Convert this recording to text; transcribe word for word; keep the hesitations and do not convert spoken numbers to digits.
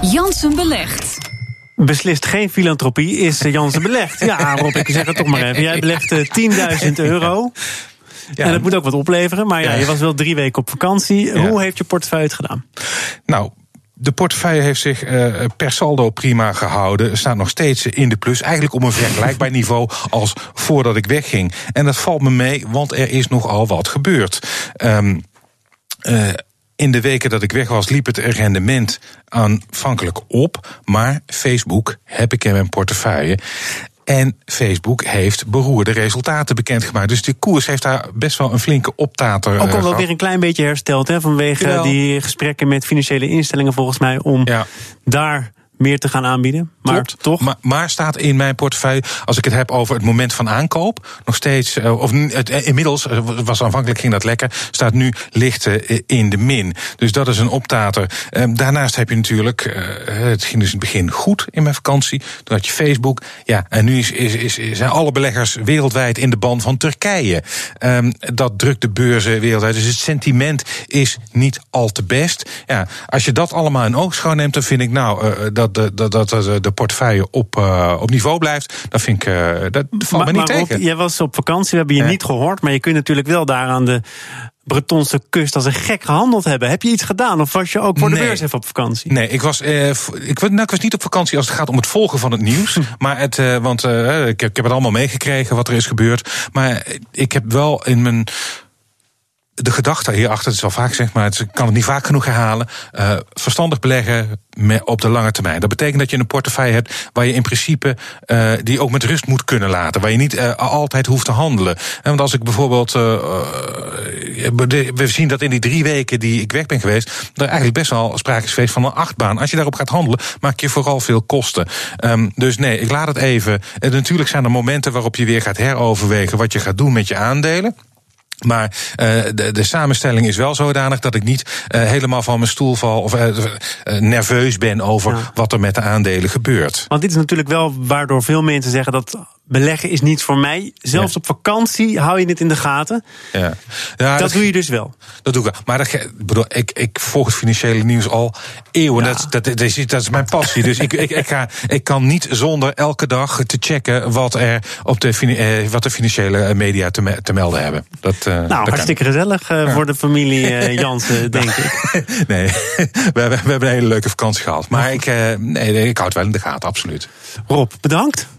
Jansen belegt. Beslist geen filantropie is Jansen belegd. Ja, Rob, ik zeg het toch maar even. Jij belegt uh, tienduizend euro. Ja. En dat moet ook wat opleveren. Maar ja, je was wel drie weken op vakantie. Ja. Hoe heeft je portefeuille het gedaan? Nou, de portefeuille heeft zich uh, per saldo prima gehouden. Staat nog steeds in de plus. Eigenlijk op een vergelijkbaar niveau als voordat ik wegging. En dat valt me mee, want er is nogal wat gebeurd. Um, uh, In de weken dat ik weg was, liep het rendement aanvankelijk op. Maar Facebook heb ik in mijn portefeuille. En Facebook heeft beroerde resultaten bekendgemaakt. Dus de koers heeft daar best wel een flinke optater. Ook al wel weer een klein beetje hersteld, hè, vanwege ja. die gesprekken met financiële instellingen volgens mij, om ja. daar meer te gaan aanbieden. Maar Klopt, toch? Maar, maar staat in mijn portefeuille, als ik het heb over het moment van aankoop, nog steeds, of het, inmiddels, was aanvankelijk ging dat lekker, staat nu licht in de min. Dus dat is een optater. Daarnaast heb je natuurlijk, het ging dus in het begin goed in mijn vakantie. Toen had je Facebook. Ja, en nu is, is, is, zijn alle beleggers wereldwijd in de ban van Turkije. Um, dat drukt de beurzen wereldwijd. Dus het sentiment is niet al te best. Ja, als je dat allemaal in oogschouw neemt, dan vind ik nou uh, dat Dat, dat, dat de portefeuille op, uh, op niveau blijft, dat vind ik, uh, dat valt maar, me niet maar tegen. Rob, jij was op vakantie, we hebben je ja. niet gehoord, maar je kunt natuurlijk wel daar aan de Bretonse kust als een gek gehandeld hebben. Heb je iets gedaan of was je ook voor de nee. beurs even op vakantie? Nee, ik was, uh, ik, nou, ik was niet op vakantie als het gaat om het volgen van het nieuws. Hm. Maar het, uh, want uh, ik, heb, ik heb het allemaal meegekregen wat er is gebeurd. Maar ik heb wel in mijn de gedachte hierachter, het is wel vaak gezegd, maar ik kan het niet vaak genoeg herhalen. Uh, verstandig beleggen op de lange termijn. Dat betekent dat je een portefeuille hebt waar je in principe uh, die ook met rust moet kunnen laten. Waar je niet uh, altijd hoeft te handelen. En want als ik bijvoorbeeld uh, uh, we zien dat in die drie weken die ik weg ben geweest, er eigenlijk best wel sprake is geweest van een achtbaan. Als je daarop gaat handelen, maak je vooral veel kosten. Um, dus nee, ik laat het even. En natuurlijk zijn er momenten waarop je weer gaat heroverwegen wat je gaat doen met je aandelen. Maar uh, de, de samenstelling is wel zodanig dat ik niet uh, helemaal van mijn stoel val of uh, uh, nerveus ben over ja. wat er met de aandelen gebeurt. Want dit is natuurlijk wel waardoor veel mensen zeggen dat beleggen is niet voor mij. Zelfs ja. op vakantie hou je het in de gaten. Ja. Ja, dat, dat doe je dus wel. Dat doe ik wel. Maar dat, bedoel, ik, ik volg het financiële nieuws al eeuwen. Ja. Dat, dat, dat, is, dat is mijn passie. Dus ik, ik, ik, ga, ik kan niet zonder elke dag te checken wat er op de, eh, wat de financiële media te, me, te melden hebben. Dat, uh, nou, dat hartstikke kan. gezellig uh, ja. voor de familie uh, Jansen, denk ik. Nee, we, we hebben een hele leuke vakantie gehad. Maar ik, uh, nee, ik houd het wel in de gaten, absoluut. Rob, bedankt.